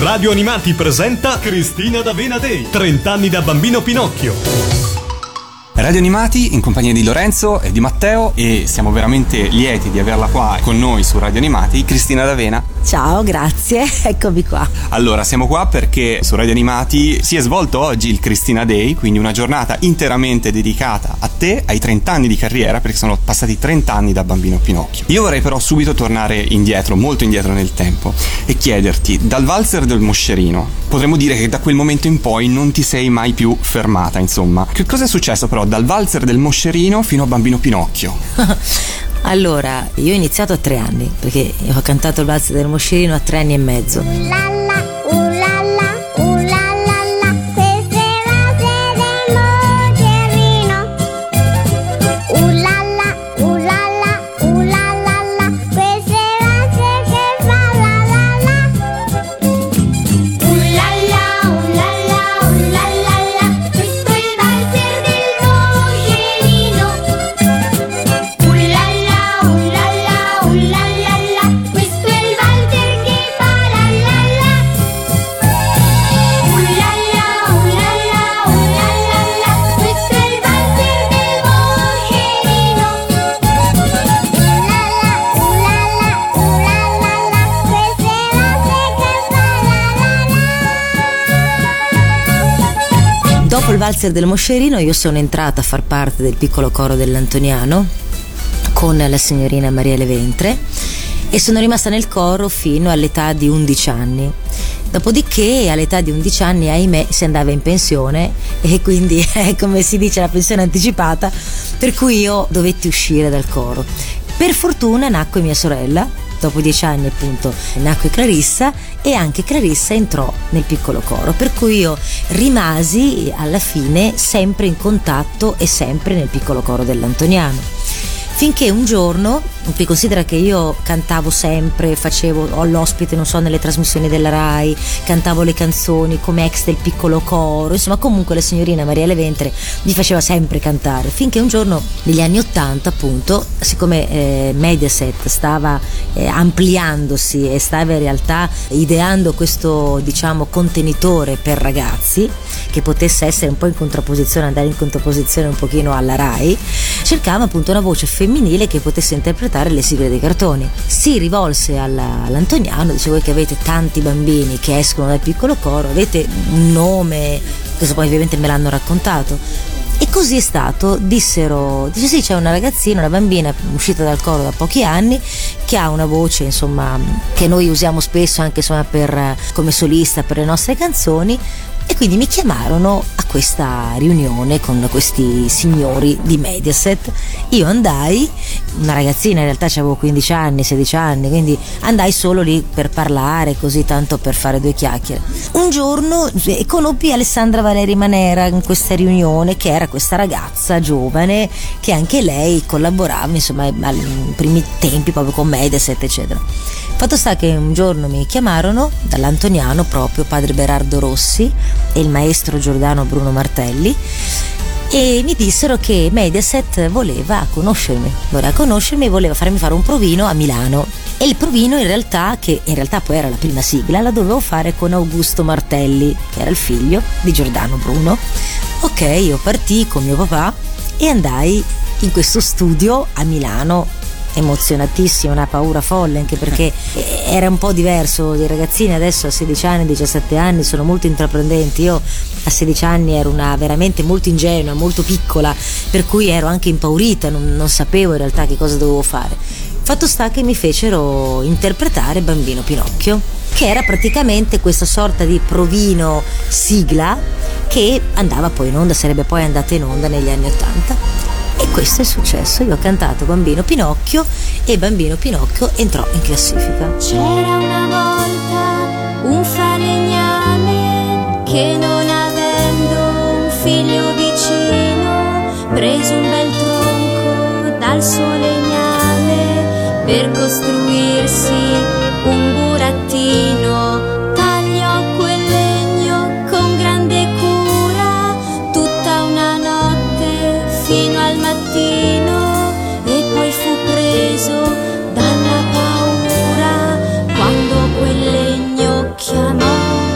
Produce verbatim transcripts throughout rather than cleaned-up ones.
Radio Animati presenta Cristina D'Avena Day, trenta anni da Bambino Pinocchio. Radio Animati in compagnia di Lorenzo e di Matteo, e siamo veramente lieti di averla qua con noi su Radio Animati, Cristina D'Avena. Ciao, grazie, eccomi qua. Allora, siamo qua perché su Radio Animati si è svolto oggi il Cristina Day, quindi una giornata interamente dedicata a te, ai trenta anni di carriera, perché sono passati trenta anni da Bambino Pinocchio. Io vorrei però subito tornare indietro, molto indietro nel tempo, e chiederti, dal valzer del Moscerino, potremmo dire che da quel momento in poi non ti sei mai più fermata, insomma. Che cosa è successo però dal valzer del Moscerino fino a Bambino Pinocchio? Allora, io ho iniziato a tre anni, perché ho cantato il valzer del Moscerino a tre anni e mezzo. Dopo il valzer del Moscerino io sono entrata a far parte del piccolo coro dell'Antoniano con la signorina Mariele Ventre e sono rimasta nel coro fino all'età di undici anni. Dopodiché all'età di undici anni, ahimè, si andava in pensione e quindi è come si dice la pensione anticipata, per cui io dovetti uscire dal coro. Per fortuna nacque mia sorella. Dopo dieci anni appunto nacque Clarissa e anche Clarissa entrò nel piccolo coro, per cui io rimasi alla fine sempre in contatto e sempre nel piccolo coro dell'Antoniano. Finché un giorno, qui considera che io cantavo sempre, facevo, ho l'ospite, non so, nelle trasmissioni della Rai, cantavo le canzoni come ex del piccolo coro, insomma comunque la signorina Mariele Ventre mi faceva sempre cantare, finché un giorno negli anni ottanta appunto, siccome eh, Mediaset stava eh, ampliandosi e stava in realtà ideando questo, diciamo, contenitore per ragazzi che potesse essere un po' in contrapposizione, andare in contrapposizione un pochino alla Rai, cercava appunto una voce femminile che potesse interpretare le sigle dei cartoni. Si rivolse alla, all'Antoniano, dice: voi che avete tanti bambini che escono dal piccolo coro, avete un nome? Questo poi ovviamente me l'hanno raccontato. E così è stato, dissero, dice sì, c'è una ragazzina, una bambina uscita dal coro da pochi anni che ha una voce, insomma, che noi usiamo spesso anche, insomma, per, come solista per le nostre canzoni. E quindi mi chiamarono a questa riunione con questi signori di Mediaset. Io andai, una ragazzina, in realtà avevo quindici anni, sedici anni, quindi andai solo lì per parlare, così tanto per fare due chiacchiere. Un giorno conobbi Alessandra Valeri Manera in questa riunione, che era questa ragazza giovane che anche lei collaborava, insomma, ai primi tempi proprio con Mediaset, eccetera. Fatto sta che un giorno mi chiamarono dall'Antoniano, proprio padre Berardo Rossi e il maestro Giordano Bruno Martelli, e mi dissero che Mediaset voleva conoscermi, voleva conoscermi e voleva farmi fare un provino a Milano. E il provino in realtà, che in realtà poi era la prima sigla, la dovevo fare con Augusto Martelli, che era il figlio di Giordano Bruno. Ok, io partii con mio papà e andai in questo studio a Milano, emozionatissima, una paura folle, anche perché era un po' diverso. I ragazzini adesso a sedici anni, diciassette anni sono molto intraprendenti. Io a sedici anni ero una veramente molto ingenua, molto piccola, per cui ero anche impaurita, non, non sapevo in realtà che cosa dovevo fare. Fatto sta che mi fecero interpretare Bambino Pinocchio, che era praticamente questa sorta di provino sigla che andava poi in onda, sarebbe poi andata in onda negli anni ottanta. E questo è successo, io ho cantato Bambino Pinocchio e Bambino Pinocchio entrò in classifica. C'era una volta un falegname che, non avendo un figlio vicino, prese un bel tronco dal suo legname per costruirsi un burattino. Tagliò quel legno con grande cura tutta una notte fino al mattino, e poi fu preso dalla paura quando quel legno chiamò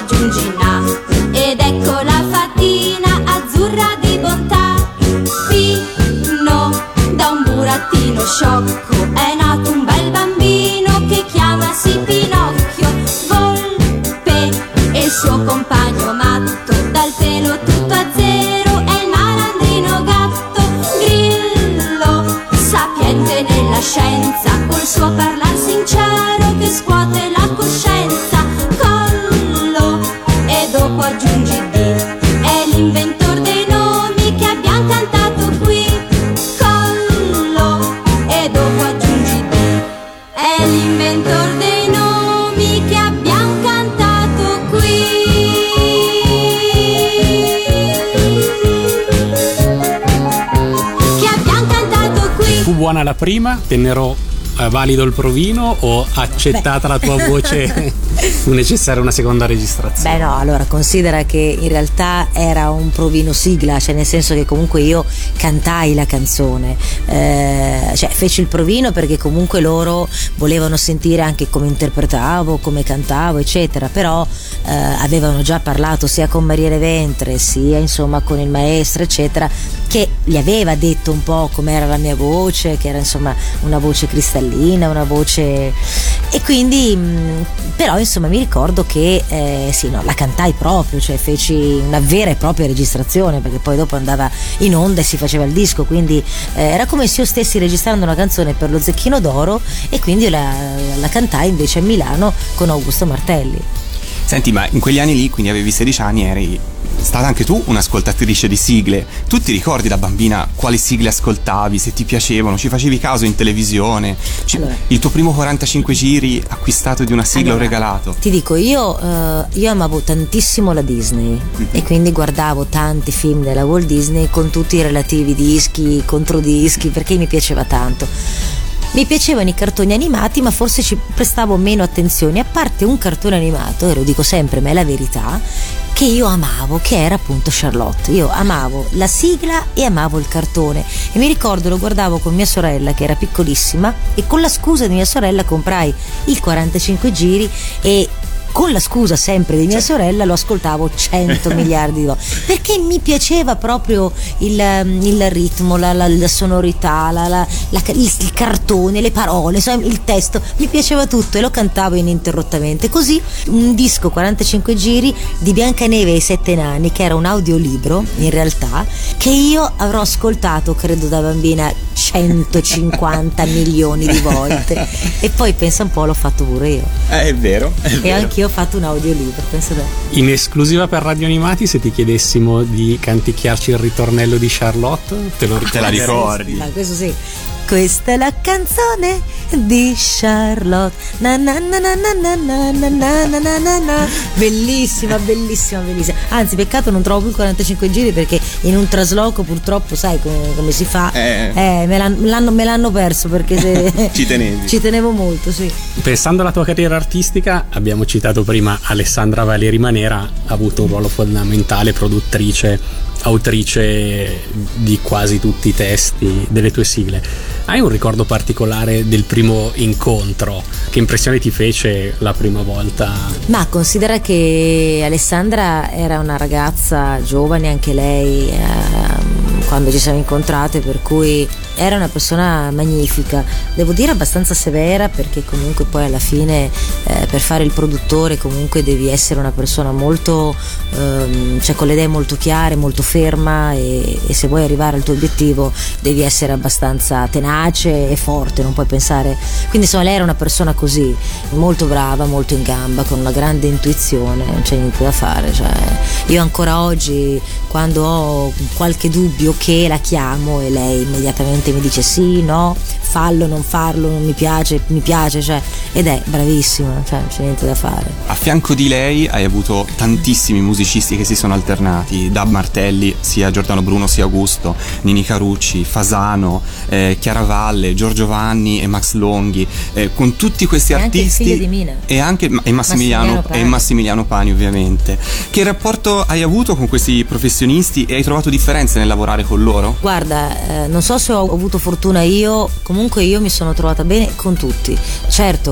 aggiungi na, ed ecco la fatina azzurra di bontà. Pino, da un burattino sciocco è nato un bel bambino che chiamasi Pinocchio. Volpe e il suo compagno matto, dal pelo tutto a zero, è il malandrino gatto. Grillo, sapiente nella scienza, col suo parlar sincero che scuote la coscienza. Collo, e dopo aggiungi D, è l'inventor dei nomi che abbiamo cantato qui. Collo, e dopo aggiungi D, è l'inventor dei nomi che abbiamo cantato qui. Che abbiamo cantato qui. Fu buona la prima? Tennero eh, valido il provino o accettata Beh. la tua voce fu necessaria una seconda registrazione? Beh no, allora considera che in realtà era un provino sigla, cioè nel senso che comunque io cantai la canzone, eh, cioè feci il provino perché comunque loro volevano sentire anche come interpretavo, come cantavo eccetera, però eh, avevano già parlato sia con Maria Ventre sia insomma con il maestro eccetera, che gli aveva detto un po' com'era la mia voce, che era insomma una voce cristallina, una voce, e quindi mh, però insomma mi ricordo che eh, sì, no, la cantai proprio, cioè feci una vera e propria registrazione, perché poi dopo andava in onda e si faceva il disco, quindi eh, era come se io stessi registrando una canzone per lo Zecchino d'Oro, e quindi io la, la cantai invece a Milano con Augusto Martelli. Senti, ma in quegli anni lì, quindi avevi sedici anni, eri stata anche tu un'ascoltatrice di sigle. Tu ti ricordi da bambina quali sigle ascoltavi, se ti piacevano, ci facevi caso in televisione? Ci, allora, il tuo primo quarantacinque giri acquistato di una sigla allora, o regalato? Ti dico, io, uh, io amavo tantissimo la Disney, mm-hmm. e quindi guardavo tanti film della Walt Disney con tutti i relativi dischi, controdischi, perché mi piaceva tanto. Mi piacevano i cartoni animati, ma forse ci prestavo meno attenzione, a parte un cartone animato, e lo dico sempre, ma è la verità, che io amavo, che era appunto Charlotte. Io amavo la sigla e amavo il cartone, e mi ricordo lo guardavo con mia sorella che era piccolissima, e con la scusa di mia sorella comprai il quarantacinque giri, e con la scusa sempre di mia sorella lo ascoltavo cento miliardi di volte, perché mi piaceva proprio il, il ritmo, la, la, la sonorità, la, la, la, il, il cartone, le parole, insomma, il testo, mi piaceva tutto e lo cantavo ininterrottamente. Così un disco quarantacinque giri di Biancaneve e i Sette Nani, che era un audiolibro in realtà, che io avrò ascoltato credo da bambina centocinquanta milioni di volte, e poi pensa un po', l'ho fatto pure io. Eh, è vero, è e vero. Anch'io ho fatto un audiolibro, penso te. In esclusiva per Radio Animati, se ti chiedessimo di canticchiarci il ritornello di Charlotte, te lo te la ricordi? Ma questo sì. Questa è la canzone di Charlotte, na na na na na na na na na na na na. Bellissima, bellissima, bellissima. Anzi, peccato non trovo più quarantacinque giri, perché in un trasloco purtroppo sai come, come si fa, eh, eh me, l'hanno, me, l'hanno, me l'hanno perso, perché se ci tenevi. Ci tenevo molto, sì. Pensando alla tua carriera artistica, abbiamo citato prima Alessandra Valeri Manera, ha avuto un ruolo fondamentale, produttrice, autrice di quasi tutti i testi delle tue sigle. Hai un ricordo particolare del primo incontro? Che impressione ti fece la prima volta? Ma considera che Alessandra era una ragazza giovane anche lei, eh, quando ci siamo incontrate, per cui era una persona magnifica, devo dire abbastanza severa, perché comunque poi alla fine eh, per fare il produttore comunque devi essere una persona molto ehm, cioè con le idee molto chiare, molto ferma, e, e se vuoi arrivare al tuo obiettivo devi essere abbastanza tenace e forte, non puoi pensare. Quindi insomma lei era una persona così, molto brava, molto in gamba, con una grande intuizione, non c'è niente da fare, cioè io ancora oggi quando ho qualche dubbio che la chiamo e lei immediatamente mi dice sì, no, fallo, non farlo, non mi piace, mi piace, cioè, ed è bravissima, cioè non c'è niente da fare. A fianco di lei hai avuto tantissimi musicisti che si sono alternati, da Martelli, sia Giordano Bruno sia Augusto, Nini Carucci, Fasano, eh, Chiara Valle, Giorgio Vanni e Max Longhi, eh, con tutti questi e artisti, anche il figlio di Mina. e anche e Massimiliano, Massimiliano Pani. e Massimiliano Pani ovviamente. Che rapporto hai avuto con questi professionisti e hai trovato differenze nel lavorare con loro? Guarda, eh, non so se ho avuto fortuna io, comunque io mi sono trovata bene con tutti. Certo,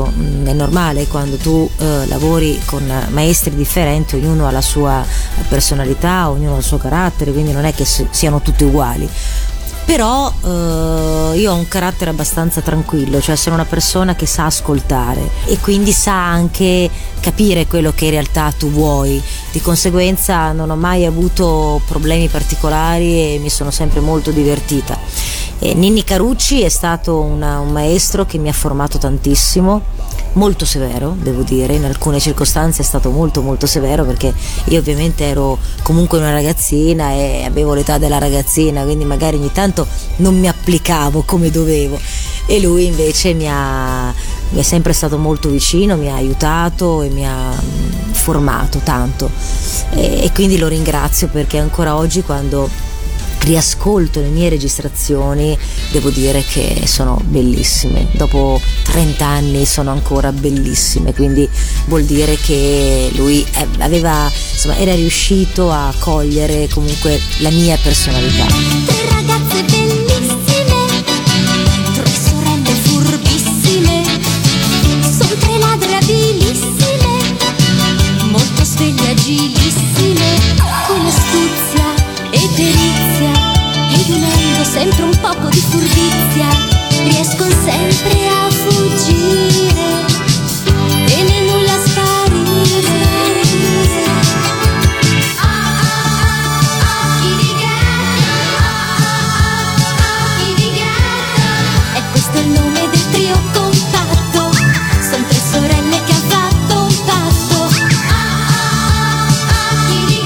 certo, mh, è normale quando tu eh, lavori con maestri differenti, ognuno ha la sua personalità, ognuno ha il suo carattere, quindi non è che siano tutti uguali. Però eh, io ho un carattere abbastanza tranquillo, cioè sono una persona che sa ascoltare e quindi sa anche capire quello che in realtà tu vuoi. Di conseguenza non ho mai avuto problemi particolari e mi sono sempre molto divertita. E Ninni Carucci è stato una, un maestro che mi ha formato tantissimo, molto severo, devo dire, in alcune circostanze è stato molto molto severo, perché io ovviamente ero comunque una ragazzina e avevo l'età della ragazzina, quindi magari ogni tanto non mi applicavo come dovevo, e lui invece mi ha, mi è sempre stato molto vicino, mi ha aiutato e mi ha formato tanto, e, e quindi lo ringrazio, perché ancora oggi quando riascolto le mie registrazioni devo dire che sono bellissime, dopo trenta anni sono ancora bellissime, quindi vuol dire che lui aveva, insomma, era riuscito a cogliere comunque la mia personalità. Tre ragazze bellissime, tre sorelle furbissime, sono tre ladre abilissime, molto sveglie, agilissime, con astuzia e perizia, ed unendo sempre un poco di furbizia, riescono sempre a fuggire e nel nulla sparire. Occhi di gatto, occhi di gatto, e questo è il nome del trio compatto, son tre sorelle che han fatto un patto. Occhi di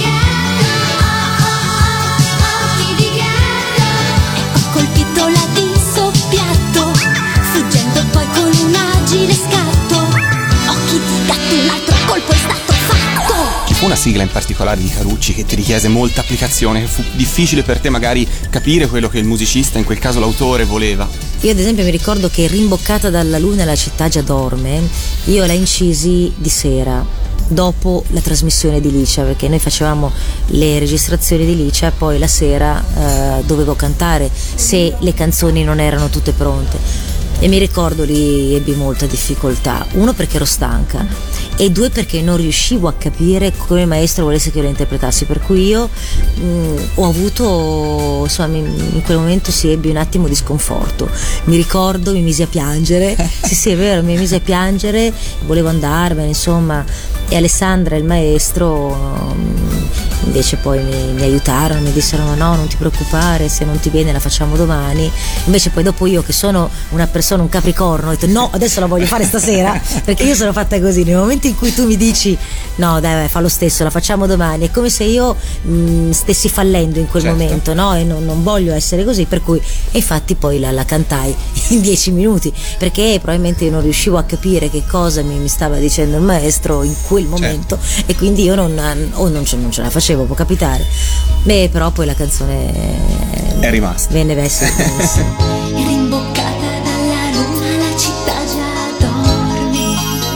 colpito la di soppiatto, fuggendo poi con un agile scatto. Occhi di gatto, un altro colpo è stato fatto. Ci fu una sigla in particolare di Carucci che ti richiese molta applicazione, che fu difficile per te magari capire quello che il musicista, in quel caso l'autore, voleva? Io ad esempio mi ricordo che Rimboccata dalla luna la città già dorme, io la incisi di sera, dopo la trasmissione di Licia, perché noi facevamo le registrazioni di Licia, poi la sera eh, dovevo cantare se le canzoni non erano tutte pronte, e mi ricordo lì ebbi molta difficoltà, uno perché ero stanca e due perché non riuscivo a capire come il maestro volesse che io la interpretassi, per cui io mh, ho avuto, insomma, in quel momento si ebbe un attimo di sconforto, mi ricordo, mi misi a piangere sì sì è vero, mi misi a piangere, volevo andarmene, insomma, e Alessandra e il maestro invece poi mi, mi aiutarono, mi dissero no no non ti preoccupare, se non ti viene la facciamo domani. Invece poi dopo io, che sono una persona, un capricorno, ho detto no, adesso la voglio fare stasera perché io sono fatta così, nel momento in cui tu mi dici no dai, dai fa lo stesso, la facciamo domani, è come se io mh, stessi fallendo in quel certo. momento, no, e non, non voglio essere così, per cui, e infatti poi la, la cantai in dieci minuti, perché probabilmente io non riuscivo a capire che cosa mi, mi stava dicendo il maestro in quel momento, certo. E quindi io non, o non ce, non ce la facevo, può capitare. Beh, però poi la canzone è rimasta, venne messa. Rimboccata dalla luna la città già dorme,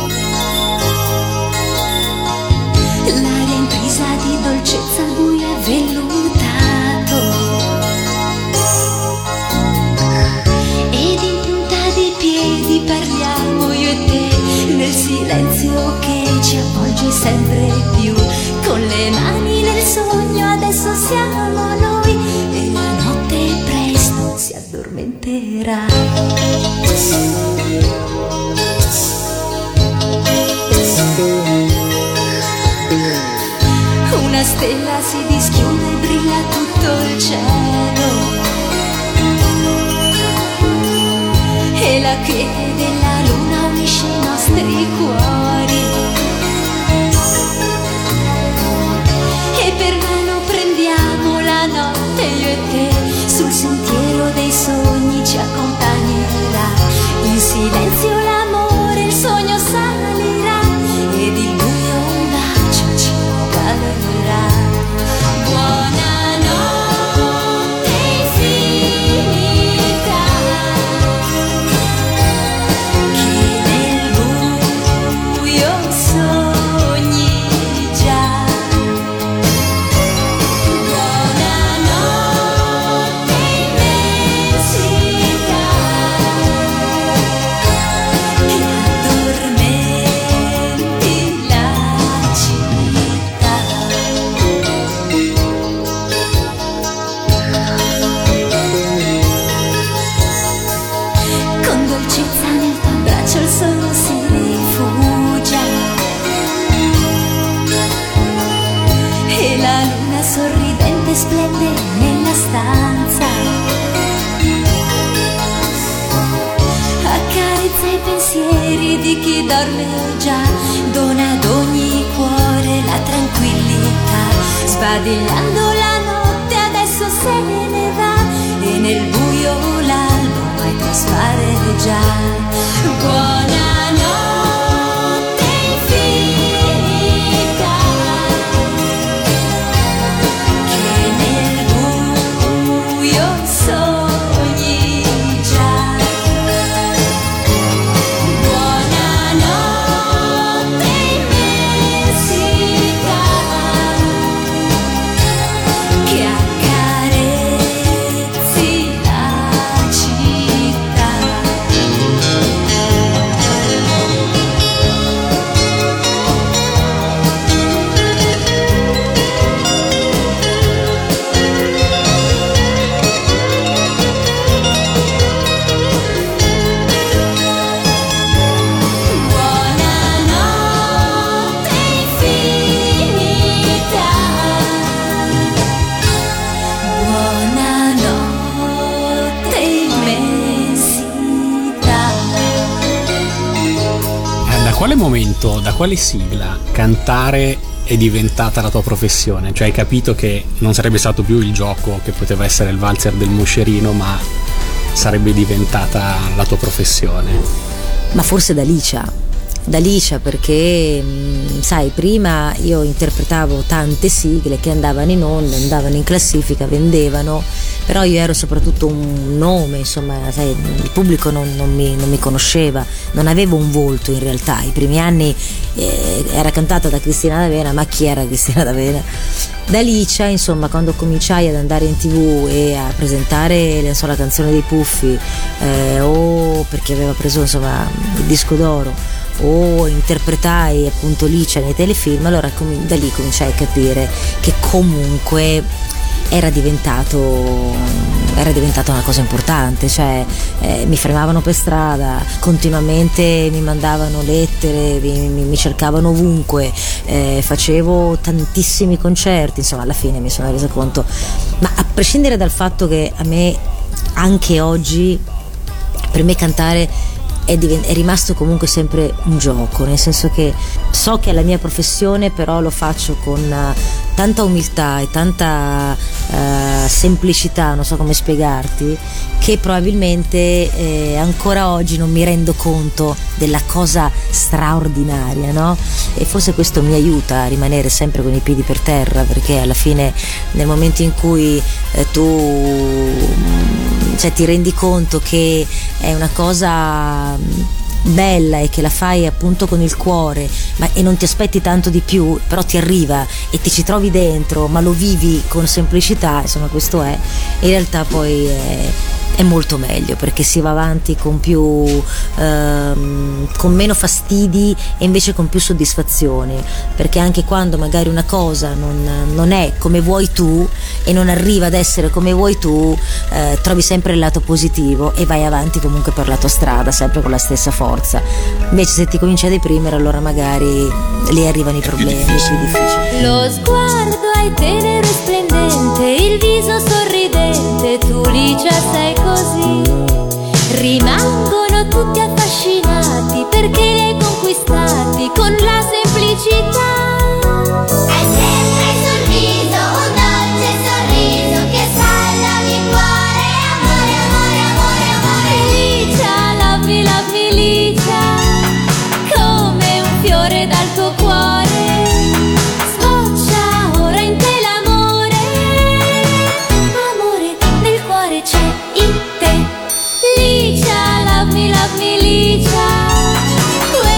l'aria intrisa di dolcezza, il buio è vellutato, ed in punta di piedi parliamo io e te, nel silenzio che ci avvolge sempre più, con le mani nel sogno adesso siamo noi, e la notte presto si addormenterà. Una stella si dischiude e brilla tutto il cielo, e la quiete della luna unisce i nostri cuori, e per mano prendiamo la notte io e te, sul sentiero dei sogni ci accompagnerà, in silenzio l'amore, il sogno salirà, ed il buio un bacio ci regalerà. Buonanotte infinita, si dorme già, dona ad ogni cuore la tranquillità, sbadigliando la notte adesso se ne va, e nel buio l'alba mai traspare già. Buonanotte infinita, che nel buio sogni già. Buonanotte immensità, che accarezzi la città. Buonanotte infinita, buonanotte immensità. Eh, Da quale momento, da quale sigla cantare è diventata la tua professione? Cioè hai capito che non sarebbe stato più il gioco che poteva essere il valzer del moscerino, ma sarebbe diventata la tua professione? Ma forse da Licia, da Licia perché mh, sai, prima io interpretavo tante sigle che andavano in onda, andavano in classifica, vendevano, però io ero soprattutto un nome, insomma, sai, il pubblico non, non, mi, non mi conosceva, non avevo un volto in realtà. I primi anni eh, era cantata da Cristina D'Avena, ma chi era Cristina D'Avena? Da Licia, insomma, quando cominciai ad andare in tv e a presentare, non so, la canzone dei Puffi, eh, o perché aveva preso, insomma, il disco d'oro, o interpretai appunto Licia nei telefilm, allora com- da lì cominciai a capire che comunque era diventato era diventata una cosa importante, cioè eh, mi fermavano per strada, continuamente mi mandavano lettere, mi, mi, mi cercavano ovunque, eh, facevo tantissimi concerti, insomma alla fine mi sono resa conto, ma a prescindere dal fatto che a me anche oggi, per me cantare è, divent- è rimasto comunque sempre un gioco, nel senso che so che è la mia professione, però lo faccio con uh, tanta umiltà e tanta uh, semplicità, non so come spiegarti, che probabilmente eh, ancora oggi non mi rendo conto della cosa straordinaria, no? E forse questo mi aiuta a rimanere sempre con i piedi per terra, perché alla fine nel momento in cui eh, tu cioè, ti rendi conto che è una cosa bella e che la fai appunto con il cuore, ma e non ti aspetti tanto di più, però ti arriva e ti ci trovi dentro, ma lo vivi con semplicità, insomma questo è, in realtà poi è, è molto meglio, perché si va avanti con più ehm, con meno fastidi e invece con più soddisfazioni, perché anche quando magari una cosa non, non è come vuoi tu e non arriva ad essere come vuoi tu, eh, trovi sempre il lato positivo e vai avanti comunque per la tua strada, sempre con la stessa forza. Invece se ti cominci a deprimere, allora magari lì arrivano i problemi, è più difficile. Lo sguardo è tenero e splendente, il viso sorridente, tu Licia sei così. Rimangono tutti affascinati perché li hai conquistati con la semplicità. Hai sempre il sorriso, un dolce sorriso che salva il cuore. Amore, amore, amore, amore. Licia, love me, love me, Licia, come un fiore dal tuo cuore. Sboccia ora in te l'amore. Amore, nel cuore c'è in te. Licia, love me, love me, Licia,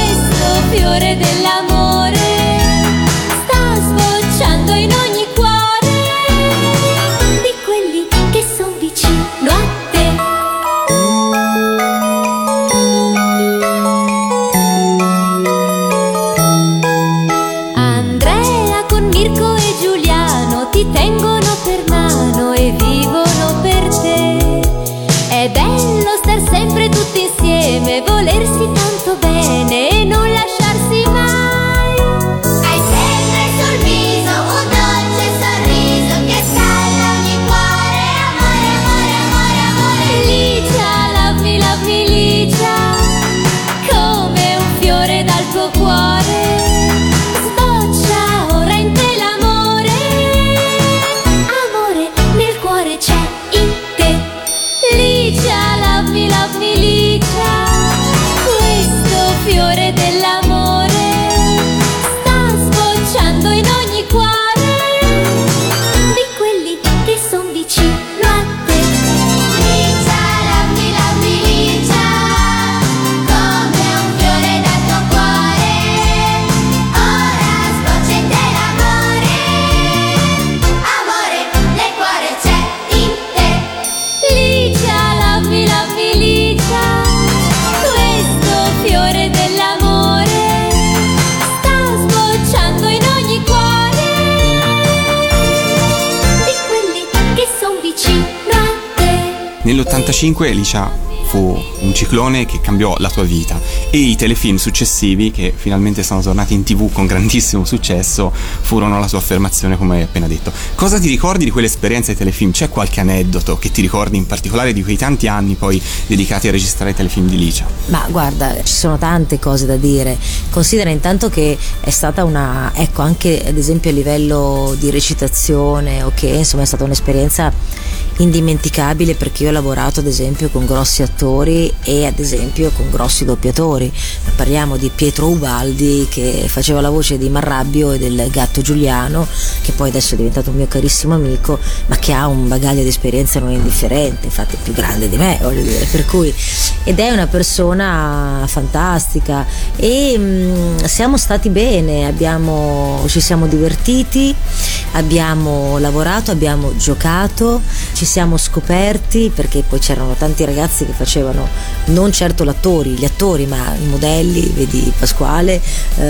tuo cuore. Sboccia ora in te l'amore. Amore nel cuore c'è in te. Licia, love me, love me, Licia. Questo fiore dell'amore sta sbocciando in ogni cuore di quelli che son vicino a te. Licia, love me, love me, Licia. Come un fiore dal tuo cuore, ora sboccia in te l'amore. Amore nel cuore c'è in te. Licia, love me, love me, Licia. Questo fiore dell'amore sta sbocciando in ogni cuore di quelli che son vicino a te. Nell'ottantacinque Licia fu un ciclone che cambiò la tua vita, e i telefilm successivi, che finalmente sono tornati in tv con grandissimo successo, furono la sua affermazione, come hai appena detto. Cosa ti ricordi di quell'esperienza ai telefilm? C'è qualche aneddoto che ti ricordi in particolare di quei tanti anni poi dedicati a registrare i telefilm di Licia? Ma guarda, ci sono tante cose da dire. Considera intanto che è stata una, ecco, anche ad esempio a livello di recitazione, ok, insomma è stata un'esperienza indimenticabile, perché io ho lavorato ad esempio con grossi attori e ad esempio con grossi doppiatori. Parliamo di Pietro Ubaldi, che faceva la voce di Marrabbio e del gatto Giuliano, che poi adesso è diventato un mio carissimo amico, ma che ha un bagaglio di esperienza non indifferente, infatti è più grande di me, voglio dire, per cui, ed è una persona fantastica, e mh, siamo stati bene, abbiamo, ci siamo divertiti, abbiamo lavorato, abbiamo giocato, ci siamo scoperti, perché poi c'erano tanti ragazzi che facevano non certo l'attori, gli attori, ma i modelli, vedi Pasquale,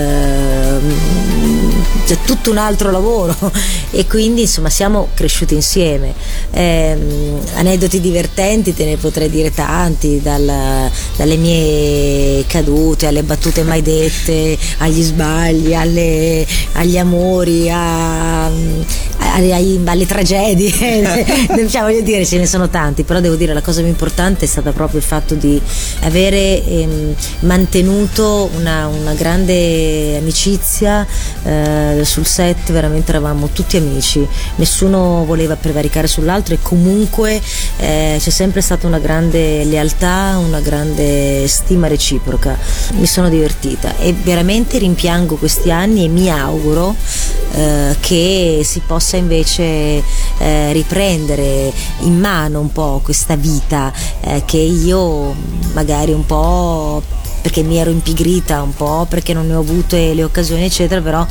ehm, c'è tutto un altro lavoro, e quindi insomma siamo cresciuti insieme. Ehm, aneddoti divertenti te ne potrei dire tanti, dal, dalle mie cadute alle battute mai dette, agli sbagli, alle, agli amori, a, alle, alle, alle tragedie. Cioè, voglio dire, ce ne sono tanti, però devo dire la cosa più importante è stata proprio il fatto di avere ehm, mantenuto una, una grande amicizia eh, sul set. Veramente eravamo tutti amici, nessuno voleva prevaricare sull'altro, e comunque eh, c'è sempre stata una grande lealtà, una grande stima reciproca. Mi sono divertita e veramente rimpiango questi anni, e mi auguro eh, che si possa invece eh, riprendere in mano un po' questa vita eh, che io magari un po' perché mi ero impigrita, un po' perché non ne ho avute le occasioni eccetera, però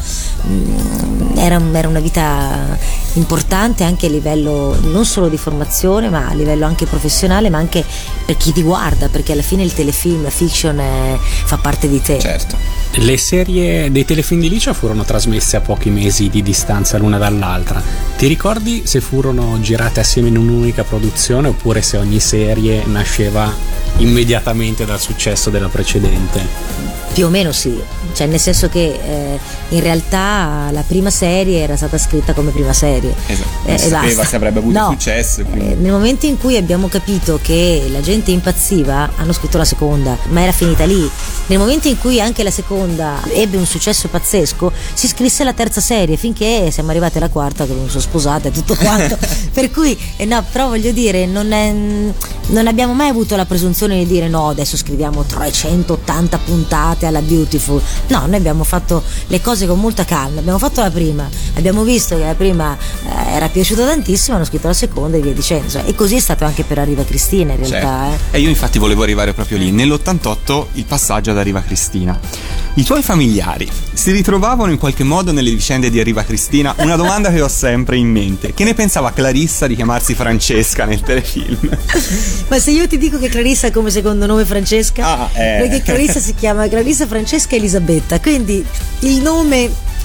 mh, era, era una vita importante anche a livello non solo di formazione, ma a livello anche professionale, ma anche per chi ti guarda, perché alla fine il telefilm, la fiction è, fa parte di te. Certo. Le serie dei telefilm di Licia furono trasmesse a pochi mesi di distanza l'una dall'altra. Ti ricordi se furono girate assieme in un'unica produzione, oppure se ogni serie nasceva immediatamente dal successo della precedente? Più o meno sì, cioè nel senso che eh, in realtà la prima serie era stata scritta come prima serie. Esatto, non eh, si sapeva basta. se avrebbe avuto no. successo. Quindi... Eh, nel momento in cui abbiamo capito che la gente impazziva, hanno scritto la seconda, ma era finita lì. Nel momento in cui anche la seconda ebbe un successo pazzesco, si scrisse la terza serie, finché siamo arrivati alla quarta, che mi sono sposata e tutto quanto. Per cui, eh, no, però voglio dire, non, è, non abbiamo mai avuto la presunzione di dire no, adesso scriviamo trecentottanta puntate alla Beautiful. No, noi abbiamo fatto le cose con molta calma, abbiamo fatto la prima, abbiamo visto che la prima eh, era piaciuta tantissimo, hanno scritto la seconda e via dicendo, e così è stato anche per Arriva Cristina in realtà. Certo. eh. E io infatti volevo arrivare proprio lì, nell'ottantotto il passaggio ad Arriva Cristina. I tuoi familiari si ritrovavano in qualche modo nelle vicende di Arriva Cristina? Una domanda che ho sempre in mente: che ne pensava Clarissa di chiamarsi Francesca nel telefilm? Ma se io ti dico che Clarissa ha come secondo nome Francesca, ah, eh. perché Clarissa si chiama Clarissa Francesca Elisabetta, quindi il nome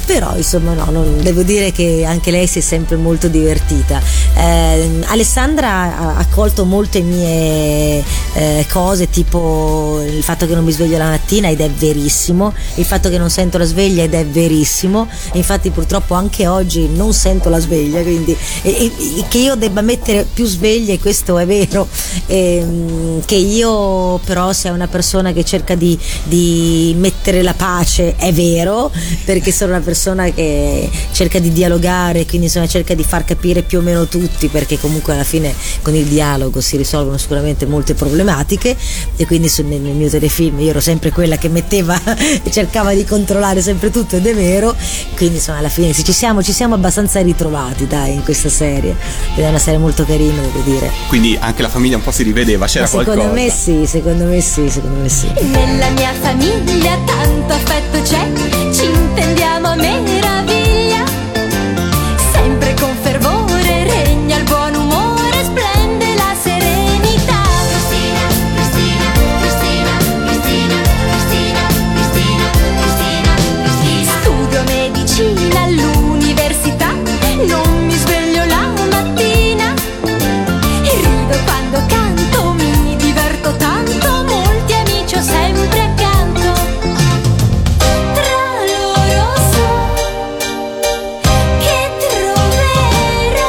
però insomma no, non, devo dire che anche lei si è sempre molto divertita. eh, Alessandra ha accolto molte mie eh, cose, tipo il fatto che non mi sveglio la mattina, ed è verissimo, il fatto che non sento la sveglia, ed è verissimo, infatti purtroppo anche oggi non sento la sveglia, quindi e, e, che io debba mettere più sveglie, questo è vero, e, che io però sia una persona che cerca di, di mettere la pace, è vero, perché sono una persona che cerca di dialogare, quindi insomma cerca di far capire più o meno tutti, perché comunque alla fine con il dialogo si risolvono sicuramente molte problematiche, e quindi nel, nel mio telefilm io ero sempre quella che metteva cercava di controllare sempre tutto, ed è vero, quindi insomma alla fine sì, ci siamo ci siamo abbastanza ritrovati dai in questa serie, ed è una serie molto carina, devo dire. Quindi anche la famiglia un po' si rivedeva, c'era secondo qualcosa? Me sì, secondo me sì, secondo me sì. Nella mia famiglia tanto affetto c'è, ci intendiamo a meraviglia, sempre con fervore regna il buon umore, splende la serenità. Cristina, Cristina, Cristina, Cristina, Cristina, Cristina, Cristina, Cristina. Studio medicina all'università, non mi sveglio la mattina e rido quando canto, mi diverto tanto, molti amici ho sempre accanto. Tra loro so che troverò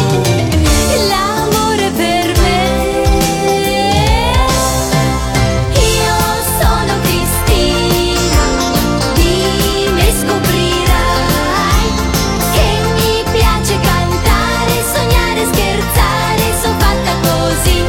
l'amore per me. Io sono Cristina, di me scoprirai che mi piace cantare, sognare, scherzare, son fatta così.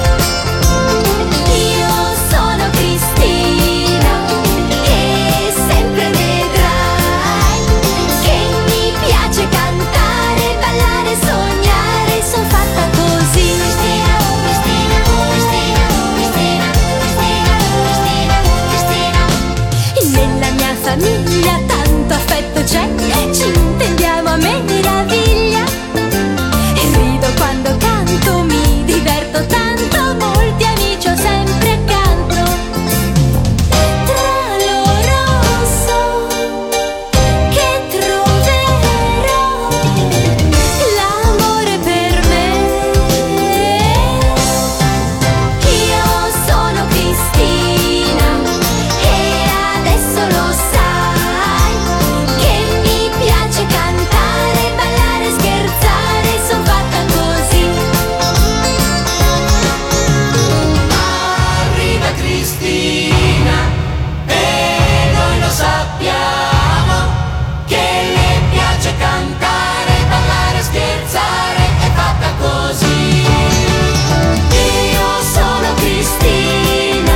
Io sono Cristina e sempre vedrai che mi piace cantare, ballare, sognare, son fatta così. Cristina, Cristina, Cristina, Cristina, Cristina, Cristina, Cristina. Nella mia famiglia tanto affetto c'è, ci intendiamo a meraviglia e rido quando canto, mi diverto tanto, molti amici ho sempre accanto. Tra loro so che troverò l'amore per me. Io sono Cristina e adesso lo sai che mi piace cantare, ballare, scherzare, son fatta così. Arriva Cristina e noi lo sappiamo che le piace cantare, ballare, scherzare, è fatta così. Io sono Cristina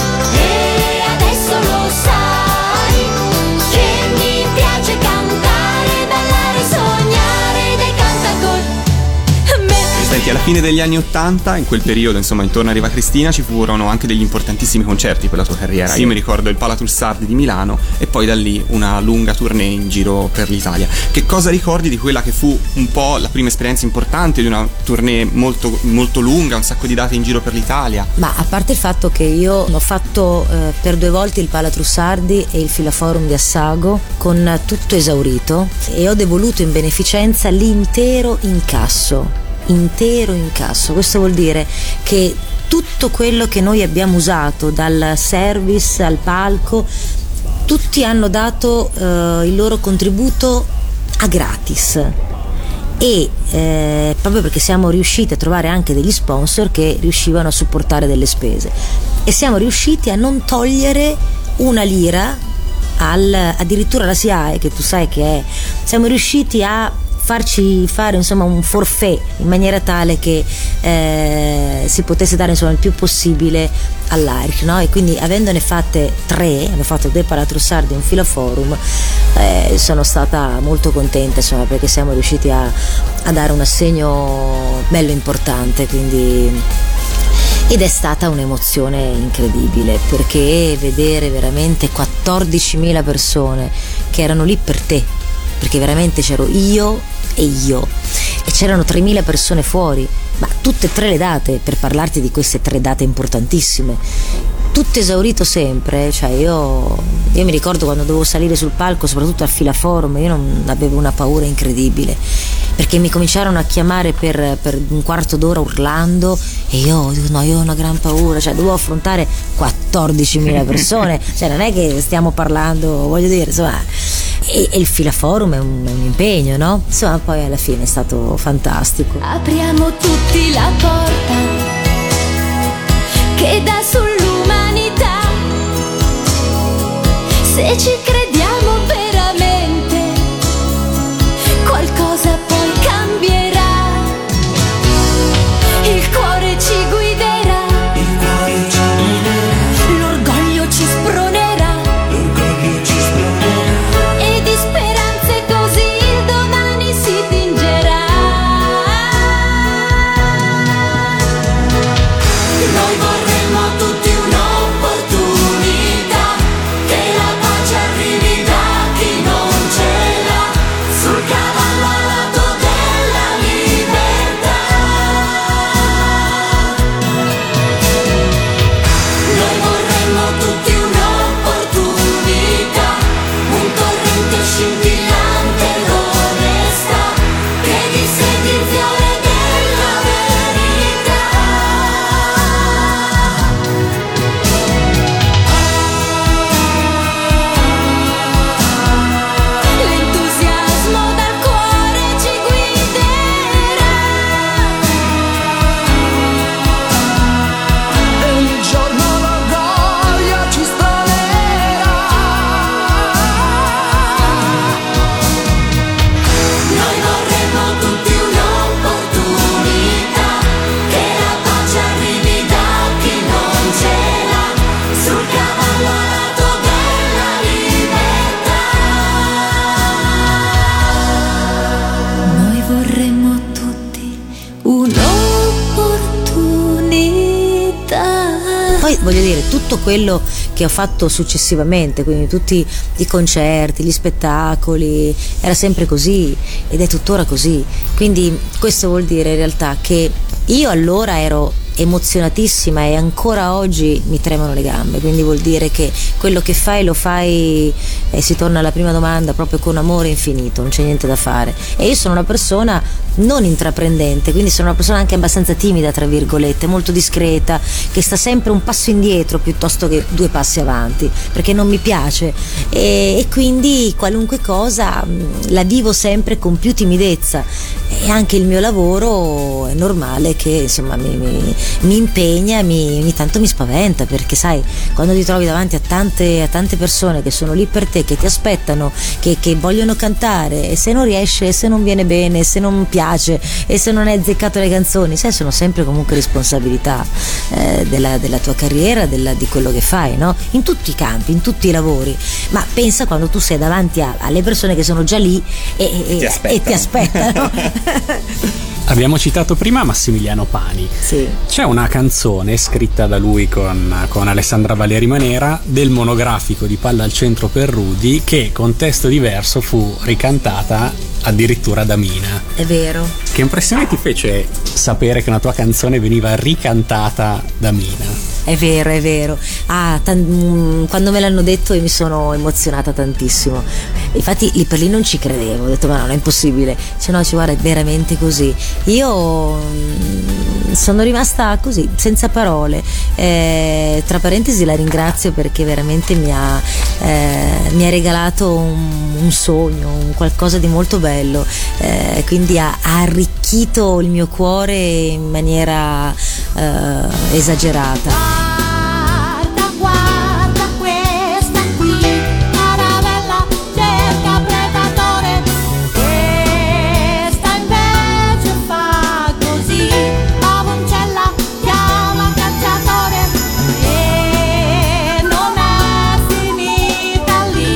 e adesso lo sai che mi piace cantare, ballare, sognare, dai canta con me. Senti, alla fine degli anni Ottanta, in quel periodo, insomma, intorno a Riva Cristina, ci furono anche degli importantissimi concerti per la tua carriera. Sì. Io mi ricordo il Palatrussardi di Milano e poi da lì una lunga tournée in giro per l'Italia. Che cosa ricordi di quella che fu un po' la prima esperienza importante di una tournée molto, molto lunga, un sacco di date in giro per l'Italia? Ma a parte il fatto che io ho fatto eh, per due volte il Palatrussardi e il Filaforum di Assago con tutto esaurito, e ho devoluto in beneficenza l'intero incasso, intero incasso. Questo vuol dire che tutto quello che noi abbiamo usato, dal service al palco, tutti hanno dato eh, il loro contributo a gratis, e eh, proprio perché siamo riusciti a trovare anche degli sponsor che riuscivano a supportare delle spese, e siamo riusciti a non togliere una lira al, addirittura alla S I A E, che tu sai che è, siamo riusciti a farci fare insomma un forfait in maniera tale che eh, si potesse dare insomma il più possibile all'A R C, no? E quindi avendone fatte tre, hanno fatto due Palatrussardi e un Filaforum, eh, sono stata molto contenta insomma, perché siamo riusciti a, a dare un assegno bello importante, quindi. Ed è stata un'emozione incredibile, perché vedere veramente quattordicimila persone che erano lì per te, perché veramente c'ero io e io, e c'erano tremila persone fuori, ma tutte e tre le date, per parlarti di queste tre date importantissime, tutto esaurito sempre, cioè io, io mi ricordo quando dovevo salire sul palco, soprattutto al Filaforum, io non avevo una paura incredibile, perché mi cominciarono a chiamare per, per un quarto d'ora urlando e io dico no, io ho una gran paura, cioè dovevo affrontare quattordicimila persone, cioè non è che stiamo parlando, voglio dire, insomma, e, e il Filaforum è un, è un impegno, no? Insomma, poi alla fine è stato fantastico. Apriamo tutti la porta che dà sull'umanità, se ci crediamo veramente qualcosa poi cambierà, il cuore ci guiderà, il cuore ci guiderà, l'orgoglio ci spronerà, l'orgoglio ci spronerà, e di speranze così il domani si tingerà. Noi vorremmo tutti un'opportunità, che la pace arrivi da chi non ce l'ha, sul cavallo alato della libertà. Noi vorremmo tutti un'opportunità, un torrente scintillante d'onestà, che disseti il fiore della verità. L'entusiasmo dal cuore ci guiderà, e il giorno l'orgoglio ci spronerà. noi vorremmo tutti un'opportunità, che la pace arrivi da chi non ce l'ha, sul cavallo alato della libertà. Noi vorremmo tutti un'opportunità. Poi voglio dire, tutto quello che ho fatto successivamente, quindi tutti i concerti, gli spettacoli, era sempre così ed è tuttora così. Quindi questo vuol dire in realtà che io allora ero emozionatissima e ancora oggi mi tremano le gambe, quindi vuol dire che quello che fai lo fai, e si torna alla prima domanda, proprio con amore infinito, non c'è niente da fare. E io sono una persona non intraprendente, quindi sono una persona anche abbastanza timida, tra virgolette, molto discreta, che sta sempre un passo indietro piuttosto che due passi avanti, perché non mi piace, e, e quindi qualunque cosa mh, la vivo sempre con più timidezza, e anche il mio lavoro è normale che insomma mi, mi, mi impegna, mi, ogni tanto mi spaventa, perché sai, quando ti trovi davanti a tante, a tante persone che sono lì per te, che ti aspettano, che, che vogliono cantare, e se non riesce, se non viene bene, se non piace, e se non hai azzeccato le canzoni, sai, sono sempre comunque responsabilità eh, della, della tua carriera, della, di quello che fai, no? In tutti i campi, in tutti i lavori, ma pensa quando tu sei davanti a, alle persone che sono già lì e, e, Ti aspettano. e ti aspettano. Abbiamo citato prima Massimiliano Pani. Sì. C'è una canzone scritta da lui con, con Alessandra Valeri Manera del monografico di Palla al centro per Rudy, che con testo diverso fu ricantata addirittura da Mina. È vero. Che impressione ti fece sapere che una tua canzone veniva ricantata da Mina? È vero, è vero. Ah, tan- quando me l'hanno detto io mi sono emozionata tantissimo. Infatti lì per lì non ci credevo, ho detto ma no, non è impossibile. Cioè no, ci guarda, è veramente così. Io mm, sono rimasta così, senza parole. Eh, tra parentesi la ringrazio perché veramente mi ha, eh, mi ha regalato un, un sogno, un qualcosa di molto bello. Eh, quindi ha, ha arricchito il mio cuore in maniera eh, esagerata. Guarda, guarda questa qui, caravella cerca predatore, questa invece fa così, avuncella chiama cacciatore, e non è finita lì.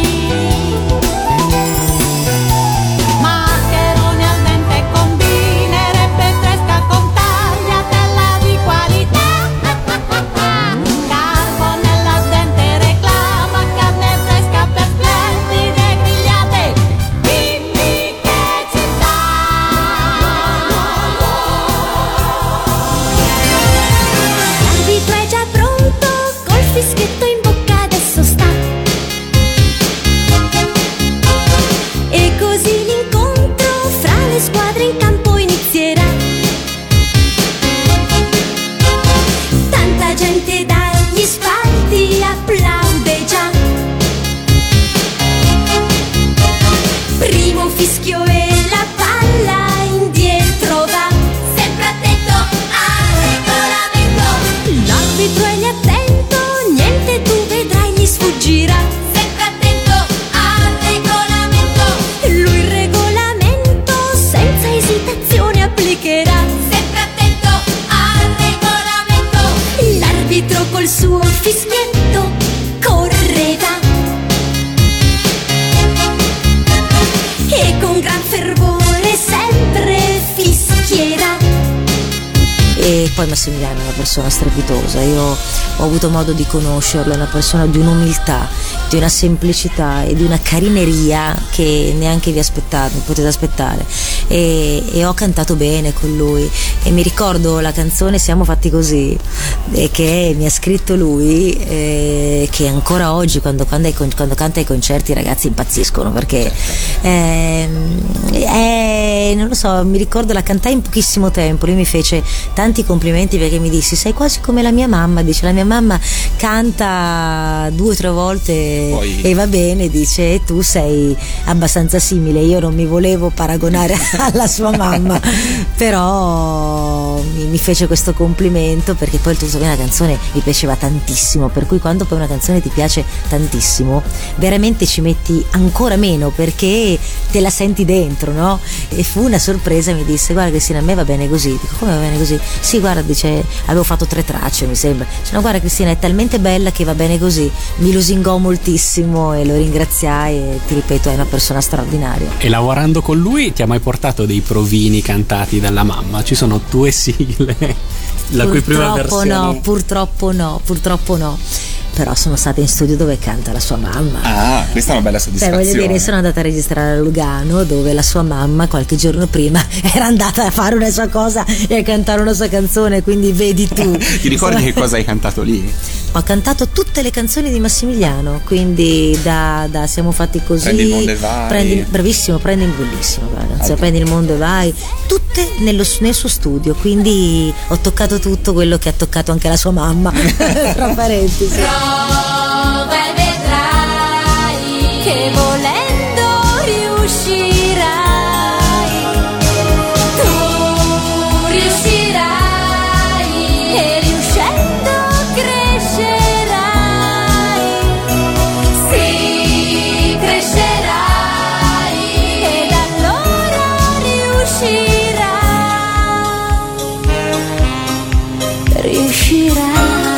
Mascheroni al dente, combine, repetresca con tagliatella di qualità. squadra in campo inizierà. Tanta gente dagli spalti applaude già. Primo fischio e la palla indietro va. Sempre attento al regolamento. L'arbitro è lì attento, niente tu vedrai gli sfuggirà. Sempre attento al regolamento. Lui il regolamento senza esitazione applicherà. Sempre attento al regolamento. L'arbitro col suo fischietto correva e con gran fervore sempre fischierà. E poi Massimiliano è una persona strepitosa, io ho avuto modo di conoscerlo, è una persona di un'umiltà, di una semplicità e di una carineria che neanche vi aspettate, potete aspettare, e, e ho cantato bene con lui e mi ricordo la canzone Siamo fatti così, e che mi ha scritto lui, eh, che ancora oggi quando, quando, quando canta ai concerti i ragazzi impazziscono perché eh, eh, non lo so, mi ricordo la cantai in pochissimo tempo, lui mi fece tanti complimenti perché mi disse sei quasi come la mia mamma, dice la mia mamma canta due o tre volte Poi... e va bene, dice, e tu sei abbastanza simile. Io non mi volevo paragonare alla sua mamma, però mi, mi fece questo complimento perché poi tuttavia la canzone mi piaceva tantissimo, per cui quando poi una canzone ti piace tantissimo veramente ci metti ancora meno perché te la senti dentro, no? E fu una sorpresa, mi disse guarda Cristina a me va bene così, dico come va bene così? Sì guarda, dice, avevo fatto tre tracce mi sembra, dice no guarda Cristina è talmente bella che va bene così, mi lusingò moltissimo e lo ringraziai e ti ripeto è una persona straordinaria. E lavorando con lui ti ha mai portato dei provini cantati dalla mamma? Ci sono due sigle la cui prima versione no, purtroppo no, purtroppo no. Però sono stata in studio dove canta la sua mamma. Ah, questa è una bella soddisfazione. Cioè, voglio dire, sono andata a registrare a Lugano dove la sua mamma qualche giorno prima era andata a fare una sua cosa e a cantare una sua canzone, quindi vedi tu. Ti ricordi che cosa hai cantato lì? Ho cantato tutte le canzoni di Massimiliano, quindi da, da Siamo fatti così, Prendi il mondo e vai. Prendi, bravissimo, prendi il bellissimo, guarda, prendi il mondo e vai, tutte nello, nel suo studio, quindi ho toccato tutto quello che ha toccato anche la sua mamma, tra parentesi. Prova e vedrai che volendo riuscirai, tu riuscirai e riuscendo crescerai, sì crescerai ed allora riuscirai, riuscirai.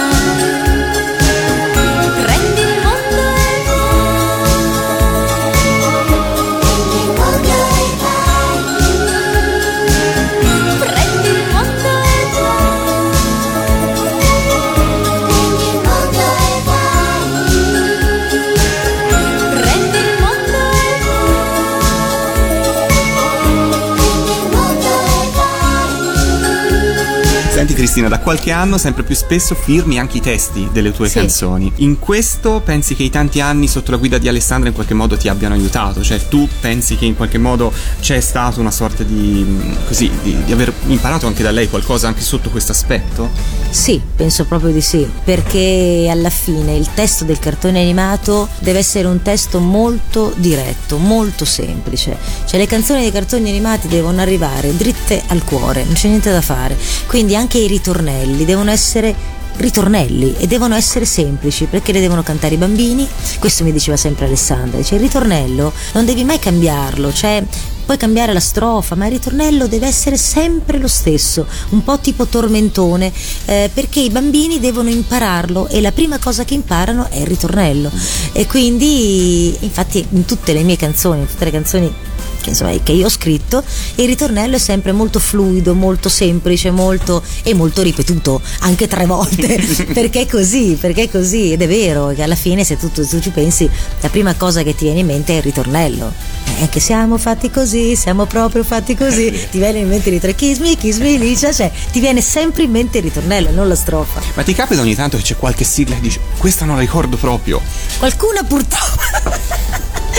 Senti Cristina, da qualche anno sempre più spesso firmi anche i testi delle tue sì. canzoni. In questo pensi che i tanti anni sotto la guida di Alessandra in qualche modo ti abbiano aiutato? Cioè tu pensi che in qualche modo c'è stata una sorta di così di, di aver imparato anche da lei qualcosa anche sotto questo aspetto? Sì, penso proprio di sì, perché alla fine il testo del cartone animato deve essere un testo molto diretto, molto semplice. Cioè le canzoni dei cartoni animati devono arrivare dritte al cuore, non c'è niente da fare. Quindi anche i ritornelli devono essere ritornelli e devono essere semplici perché le devono cantare i bambini. Questo mi diceva sempre Alessandra, dice il ritornello non devi mai cambiarlo, cioè puoi cambiare la strofa ma il ritornello deve essere sempre lo stesso, un po' tipo tormentone, eh, perché i bambini devono impararlo e la prima cosa che imparano è il ritornello. E quindi infatti in tutte le mie canzoni, in tutte le canzoni che, insomma, che io ho scritto, il ritornello è sempre molto fluido, molto semplice, molto e molto ripetuto anche tre volte perché è così, perché è così ed è vero che alla fine se tu, tu, tu ci pensi la prima cosa che ti viene in mente è il ritornello, è che siamo fatti così, siamo proprio fatti così, ti viene in mente i tre kiss me, kiss me, Licia, cioè ti viene sempre in mente il ritornello, non la strofa. Ma ti capita ogni tanto che c'è qualche sigla che dici questa non la ricordo proprio? Qualcuna purtroppo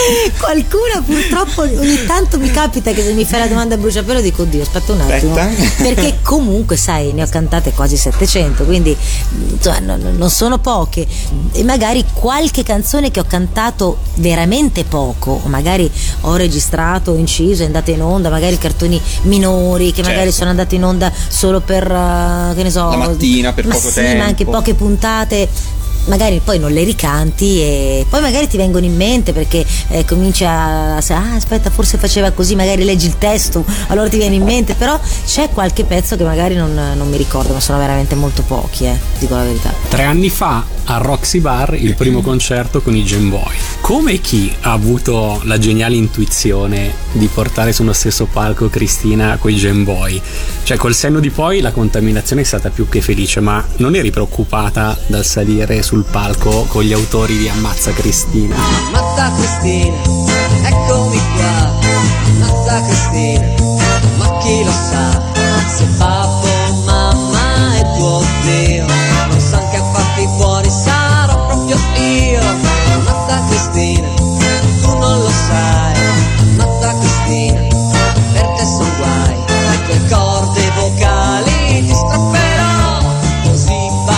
Qualcuno purtroppo ogni tanto mi capita che se mi fai la domanda a bruciapelo dico oddio aspetta un attimo, Aspetta. perché comunque sai ne ho cantate quasi settecento, quindi insomma, non, non sono poche, e magari qualche canzone che ho cantato veramente poco, o magari ho registrato, inciso, è andata in onda, magari cartoni minori che magari Certo. sono andati in onda solo per uh, che ne so La mattina, per ma poco sì, tempo. ma anche poche puntate, magari poi non le ricanti e poi magari ti vengono in mente perché eh, cominci a ah aspetta forse faceva così, magari leggi il testo allora ti viene in mente, però c'è qualche pezzo che magari non, non mi ricordo, ma sono veramente molto pochi, eh, dico la verità. Tre anni fa a Roxy Bar il primo concerto con i Jam Boy. Come chi ha avuto la geniale intuizione di portare su uno stesso palco Cristina coi Jam Boy? Cioè col senno di poi la contaminazione è stata più che felice, ma non eri preoccupata dal salire sul palco con gli autori di Ammazza Cristina? Ammazza Cristina, eccomi qua. Ammazza Cristina, ma chi lo sa se babbo, mamma e tuo zio non san che a farti fuori sarò proprio io. Ammazza Cristina, tu non lo sai. Ammazza Cristina, per te son guai, le tue corde vocali ti strapperò, così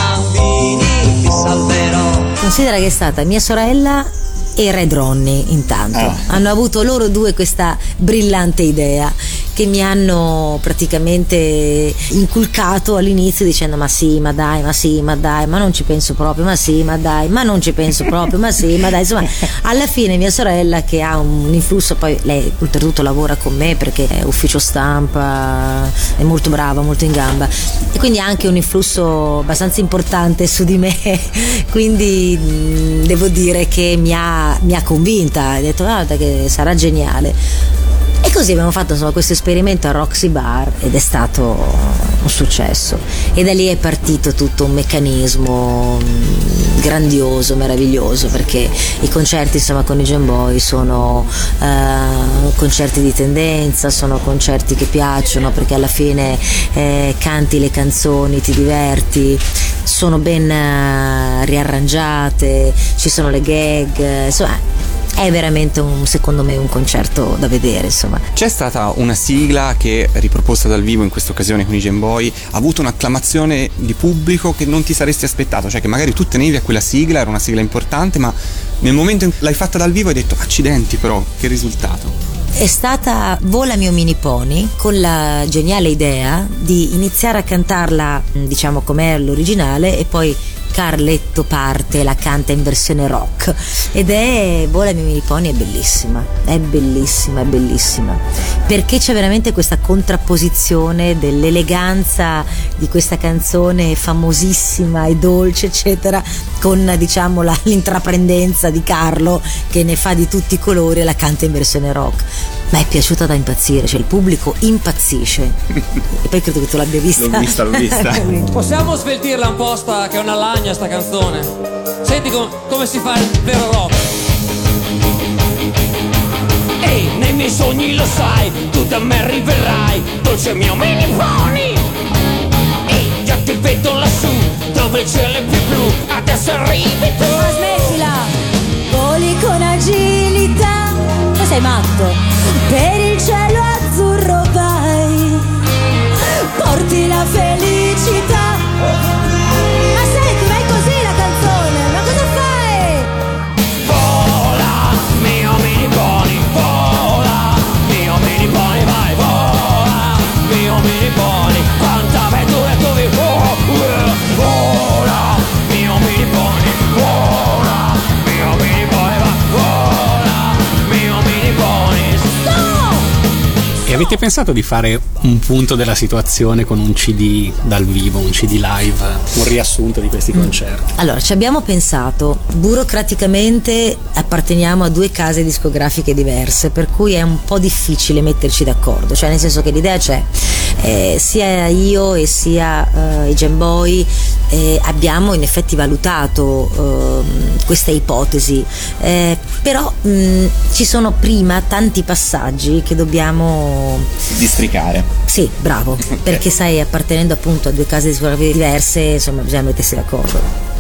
bambini ti salverò. Considera che è stata mia sorella e Red Ronnie intanto Ah. hanno avuto loro due questa brillante idea che mi hanno praticamente inculcato all'inizio dicendo ma sì ma dai ma sì ma dai ma non ci penso proprio, ma sì ma dai ma non ci penso proprio, ma sì ma dai, insomma alla fine mia sorella, che ha un influsso, poi lei oltretutto lavora con me perché è ufficio stampa, è molto brava, molto in gamba, e quindi ha anche un influsso abbastanza importante su di me, quindi mh, devo dire che mi ha, mi ha convinta, ha detto guarda che sarà geniale. E così abbiamo fatto insomma questo esperimento a Roxy Bar ed è stato un successo, e da lì è partito tutto un meccanismo mh, grandioso, meraviglioso, perché i concerti insomma con i Jam Boy sono uh, concerti di tendenza, sono concerti che piacciono perché alla fine eh, canti le canzoni, ti diverti, sono ben uh, riarrangiate, ci sono le gag, insomma è veramente un, secondo me un concerto da vedere, insomma. C'è stata una sigla che, riproposta dal vivo in questa occasione con i Jam Boy, ha avuto un'acclamazione di pubblico che non ti saresti aspettato, cioè che magari tu tenevi a quella sigla, era una sigla importante, ma nel momento in cui l'hai fatta dal vivo hai detto accidenti, però che risultato. È stata Vola mio mini pony, con la geniale idea di iniziare a cantarla diciamo com'è l'originale e poi Carletto parte e la canta in versione rock, ed è Vola mio mini pony, è bellissima, è bellissima, è bellissima, perché c'è veramente questa contrapposizione dell'eleganza di questa canzone famosissima e dolce eccetera con diciamo la, l'intraprendenza di Carlo che ne fa di tutti i colori e la canta in versione rock. Ma è piaciuta da impazzire, cioè il pubblico impazzisce e poi credo che tu l'abbia vista. L'ho vista, l'ho vista. Possiamo sveltirla un po' sta, che è una lagna sta canzone. Senti com- come si fa il vero rock. Ehi, nei miei sogni lo sai, tu da me arriverai, dolce mio mini pony. Ehi, già ti vedo lassù, dove il cielo è più blu, adesso arrivi tu. Ma smettila, voli con agilità, ma sei matto, per il cielo azzurro vai, porti la felicità. Ma senti, ma è così la canzone, ma cosa fai? Vola, mio mini pony, vola, mio mini pony, vai, vola, mio mini pony, quanta avventura tu vi vola, mio mini pony, vola, mio mini pony, vai, vola, mio mini pony. E avete pensato di fare un punto della situazione con un C D dal vivo, un C D live, un riassunto di questi concerti? Allora, ci abbiamo pensato, burocraticamente apparteniamo a due case discografiche diverse, per cui è un po' difficile metterci d'accordo, cioè nel senso che l'idea c'è, eh, sia io e sia eh, i Jam Boy eh, abbiamo in effetti valutato eh, questa ipotesi, eh, però mh, ci sono prima tanti passaggi che dobbiamo Districare. sì, bravo, Okay. perché sai, appartenendo appunto a due case discografiche diverse, insomma bisogna mettersi d'accordo.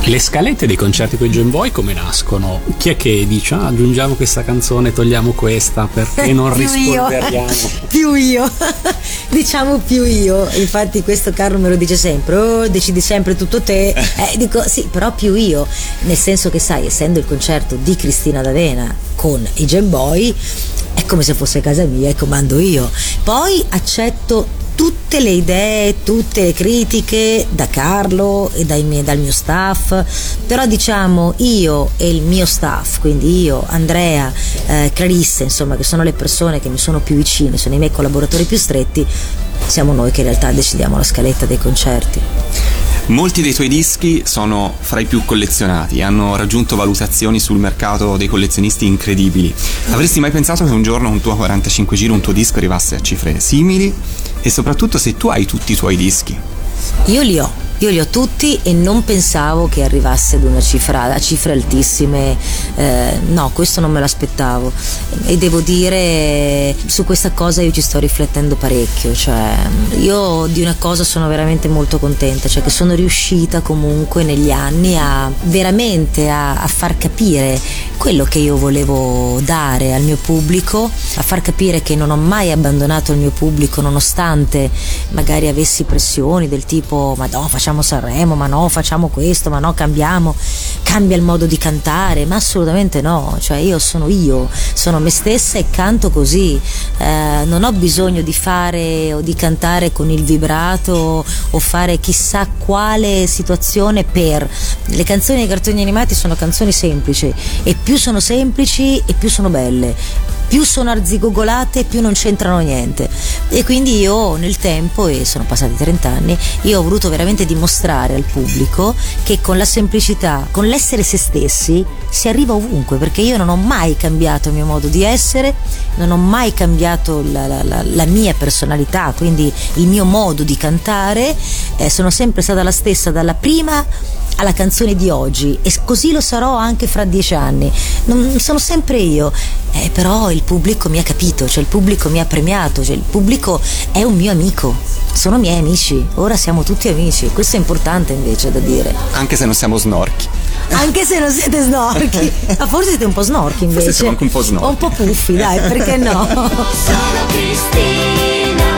Le scalette dei concerti con i Jam Boy come nascono? Chi è che dice ah, aggiungiamo questa canzone, togliamo questa, perché non rispolveriamo? Più io, diciamo più io. Infatti questo Carlo me lo dice sempre, oh, decidi sempre tutto te. Eh, dico sì, però più io, nel senso che sai, essendo il concerto di Cristina D'Avena con i Jam Boy, è come se fosse casa mia e comando io. Poi accetto tutte le idee, tutte le critiche da Carlo e dai miei, dal mio staff, però diciamo io e il mio staff, quindi io, Andrea, eh, Clarissa, insomma, che sono le persone che mi sono più vicine, sono i miei collaboratori più stretti, siamo noi che in realtà decidiamo la scaletta dei concerti. Molti dei tuoi dischi sono fra i più collezionati, hanno raggiunto valutazioni sul mercato dei collezionisti incredibili. Avresti mai pensato che un giorno un tuo quarantacinque giri, un tuo disco arrivasse a cifre simili? E soprattutto se tu hai tutti i tuoi dischi. Io li ho. Io li ho tutti e non pensavo che arrivasse ad una cifra, a cifre altissime, eh, no, questo non me l'aspettavo e devo dire su questa cosa io ci sto riflettendo parecchio, cioè io di una cosa sono veramente molto contenta, cioè che sono riuscita comunque negli anni a veramente a, a far capire quello che io volevo dare al mio pubblico, a far capire che non ho mai abbandonato il mio pubblico nonostante magari avessi pressioni del tipo ma no, facciamo Sanremo, ma no, facciamo questo, ma no, cambiamo, cambia il modo di cantare, ma assolutamente no, cioè io sono io, sono me stessa e canto così, eh, non ho bisogno di fare o di cantare con il vibrato o fare chissà quale situazione per. Le canzoni dei cartoni animati sono canzoni semplici e più sono semplici e più sono belle, più sono arzigogolate più non c'entrano niente, e quindi io nel tempo, e sono passati trenta anni, io ho voluto veramente dimostrare al pubblico che con la semplicità, con l'essere se stessi si arriva ovunque, perché io non ho mai cambiato il mio modo di essere, non ho mai cambiato la, la, la, la mia personalità, quindi il mio modo di cantare, eh, sono sempre stata la stessa dalla prima alla canzone di oggi e così lo sarò anche fra dieci anni, non, sono sempre io, eh, però il pubblico mi ha capito, cioè il pubblico mi ha premiato, cioè il pubblico è un mio amico, sono miei amici, ora siamo tutti amici, questo è importante invece da dire. Anche se non siamo snorchi. Anche se non siete snorchi, ma forse siete un po' snorchi invece. Forse siamo anche un po' snorchi. O un po' puffi, dai, perché no? Sono Cristina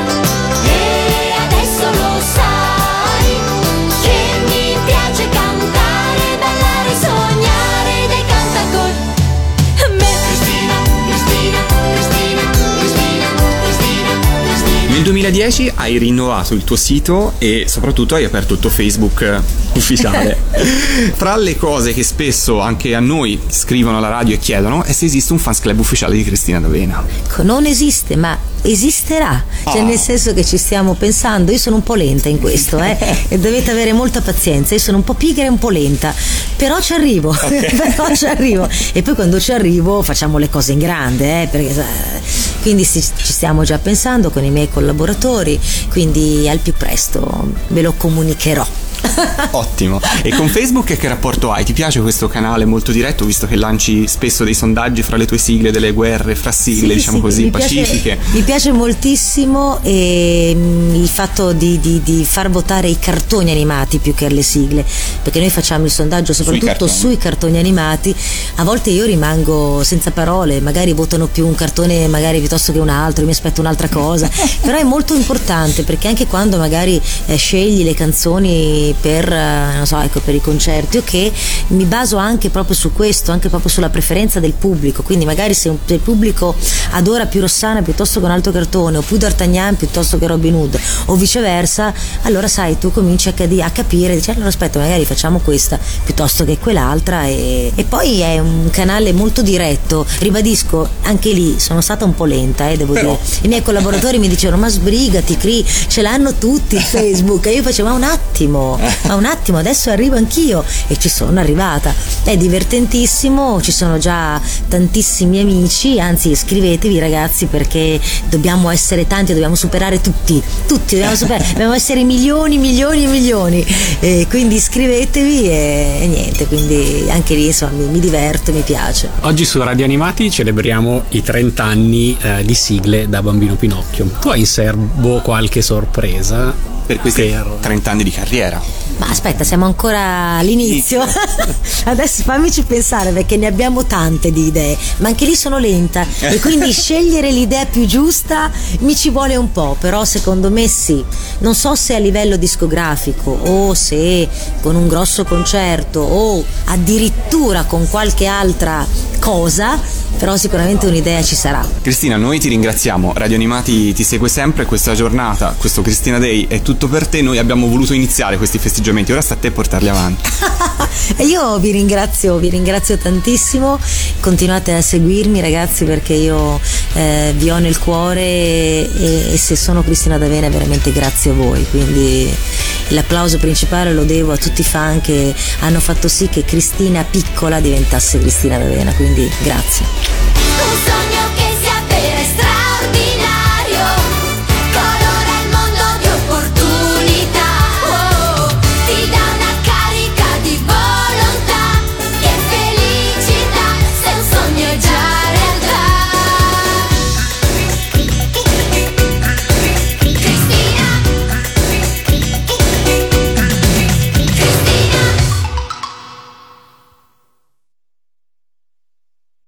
e adesso lo sai che mi piace cantare, ballare, sognare dei cantacol. Me. Cristina, Cristina, Cristina, Cristina, Cristina, Cristina. Nel duemiladieci hai rinnovato il tuo sito e soprattutto hai aperto il tuo Facebook ufficiale. Fra le cose che spesso anche a noi scrivono alla radio e chiedono è se esiste un fans club ufficiale di Cristina D'Avena. Non esiste, ma esisterà, cioè oh. nel senso che ci stiamo pensando. Io sono un po' lenta in questo, eh, e dovete avere molta pazienza, io sono un po' pigra e un po' lenta, però ci arrivo, okay. però ci arrivo e poi quando ci arrivo facciamo le cose in grande, eh, perché quindi ci stiamo già pensando con i miei collaboratori, quindi al più presto ve lo comunicherò. Ottimo. E con Facebook che rapporto hai? Ti piace questo canale molto diretto, visto che lanci spesso dei sondaggi fra le tue sigle delle guerre, fra sigle, sì, diciamo sì, così, mi pacifiche? Piace, mi piace moltissimo e, mh, il fatto di, di, di far votare i cartoni animati più che le sigle, perché noi facciamo il sondaggio soprattutto sui cartoni, sui cartoni animati. A volte io rimango senza parole, magari votano più un cartone magari piuttosto che un altro, io mi aspetto un'altra cosa, però è molto importante perché anche quando magari eh, scegli le canzoni per, non so, ecco, per i concerti, ok, mi baso anche proprio su questo, anche proprio sulla preferenza del pubblico, quindi magari se, un, se il pubblico adora più Rossana piuttosto che un altro cartone o più D'Artagnan piuttosto che Robin Hood o viceversa, allora sai, tu cominci a, a capire, dici allora aspetta, magari facciamo questa piuttosto che quell'altra, e, e poi è un canale molto diretto, ribadisco, anche lì sono stata un po' lenta, eh, devo Però... dire, i miei collaboratori mi dicevano ma sbrigati Cri, ce l'hanno tutti il Facebook, e io facevo ma un attimo ma un attimo, adesso arrivo anch'io, e ci sono arrivata, è divertentissimo, ci sono già tantissimi amici, anzi iscrivetevi ragazzi perché dobbiamo essere tanti, dobbiamo superare tutti, tutti dobbiamo superare, dobbiamo essere milioni, milioni e milioni, e quindi iscrivetevi e, e niente, quindi anche lì insomma mi, mi diverto, mi piace. Oggi su Radio Animati celebriamo i trenta anni eh, di sigle da Bambino Pinocchio. Tu hai in serbo qualche sorpresa? per questi Per- trenta anni di carriera. Ma aspetta, siamo ancora all'inizio. Adesso fammici pensare, perché ne abbiamo tante di idee, ma anche lì sono lenta e quindi scegliere l'idea più giusta mi ci vuole un po', però secondo me sì. Non so se a livello discografico o se con un grosso concerto o addirittura con qualche altra cosa, però sicuramente un'idea ci sarà. Cristina, noi ti ringraziamo, Radio Animati ti segue sempre, questa giornata, questo Cristina Day è tutto per te, noi abbiamo voluto iniziare questi festeggiamenti, ora sta a te portarli avanti. E io vi ringrazio, vi ringrazio tantissimo, continuate a seguirmi ragazzi, perché io eh, vi ho nel cuore e, e se sono Cristina D'Avena veramente grazie a voi, quindi l'applauso principale lo devo a tutti i fan che hanno fatto sì che Cristina piccola diventasse Cristina D'Avena, quindi grazie.